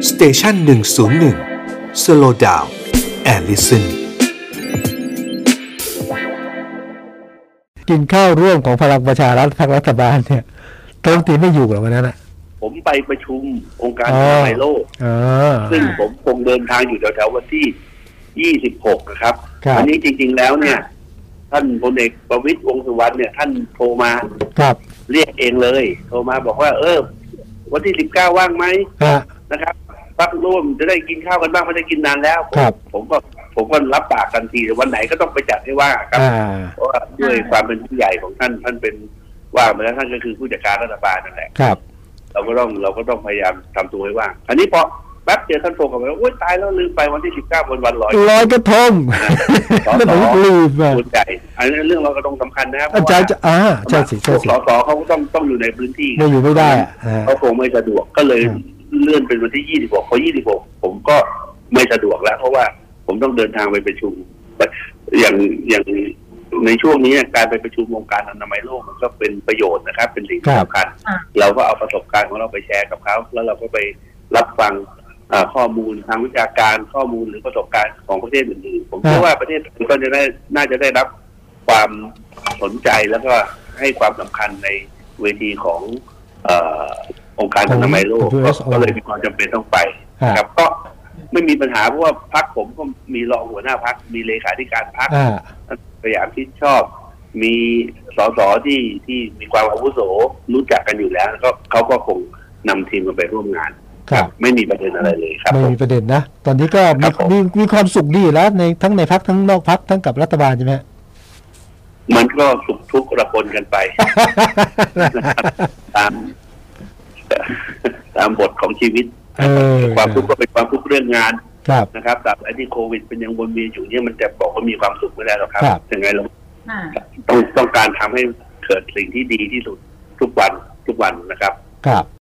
สเตชัน101 Slow Down and Listen กินข้าวร่วมของพลังประชารัฐพรรครัฐบาลเนี่ยรัฐมนตรีไม่อยู่หรอวันนั้นอ่ะผมไปประชุมองค์การอนามัยโลกซึ่งผมคงเดินทางอยู่แถวๆวันที่26นะครับอันนี้จริงๆแล้วเนี่ยท่านพลเอกประวิตรวงษ์สุวรรณเนี่ยท่านโทรมาเรียกเองเลยโทรมาบอกว่าวันที่19ว่างไหมนะครับพรรคร่วมจะได้กินข้าวกันบ้างไม่ได้กินนานแล้วผมก็รับปากทันทีวันไหนก็ต้องไปจัดให้ว่าครับเพราะว่าด้วยความเป็นผู้ใหญ่ของท่านเป็นว่ามาแล้วท่านก็คือผู้จัดการรัฐบาลนั่นแหละเราก็ต้องพยายามทำตัวให้ว่างอันนี้พอแป๊บเดียวท่านโทรกลับมาโอ๊ยตายแล้วลืมไปวันที่19วันลอยกระทงแล้วผมลืมอ่ะผู้ใหญ่อันนี้เรื่องเราก็ต้องสำคัญนะครับอาจารย์ใช่สิสสเขาต้องอยู่ในพื้นที่ไม่อยู่ไม่ได้เขาคงไม่สะดวกก็เลยเลื่อนเป็นวันที่26พอ26ผมก็ไม่สะดวกแล้วเพราะว่าผมต้องเดินทางไปประชุมอย่างในช่วงนี้การไปประชุมองค์การอนามัยโลกมันก็เป็นประโยชน์นะครับเป็นสิ่งสำคัญเราก็เอาประสบการณ์ของเราไปแชร์กับเขาแล้วเราก็ไปรับฟังข้อมูลทางวิชาการข้อมูลหรือประสบการณ์ของประเทศอื่นๆผมเชื่อว่าประเทศอื่นก็น่าจะได้รับความสนใจแล้วก็ให้ความสำคัญในเวทีขององค์การอนามัยโลกก็เลยมีความจำเป็นต้องไปครับก็ไม่มีปัญหาเพราะว่าพรรคผมก็มีรองหัวหน้าพรรคมีเลขาธิการพรรคพยายามที่ชอบมีสสที่มีความอาวุโสรู้จักกันอยู่แล้วก็เขาก็คงนำทีมมาไปร่วมงานครับไม่มีประเด็นอะไรเลยครับไม่มีประเด็นนะตอนนี้ก็มีความสุขดีแล้วในทั้งในพรรคทั้งนอกพรรคทั้งกับรัฐบาลใช่ไหมมันก็สุขทุกข์ระปนกันไปตามบทของชีวิตความทุกข์ก็เป็นความทุกข์เรื่องงานนะครับแต่ไอ้ที่โควิดเป็นยังวนเวียนอยู่เนี่ยมันจะบอกว่ามีความสุขไม่ได้หรอกครับยังไงเราต้องการทำให้เกิดสิ่งที่ดีที่สุดทุกวันนะครับ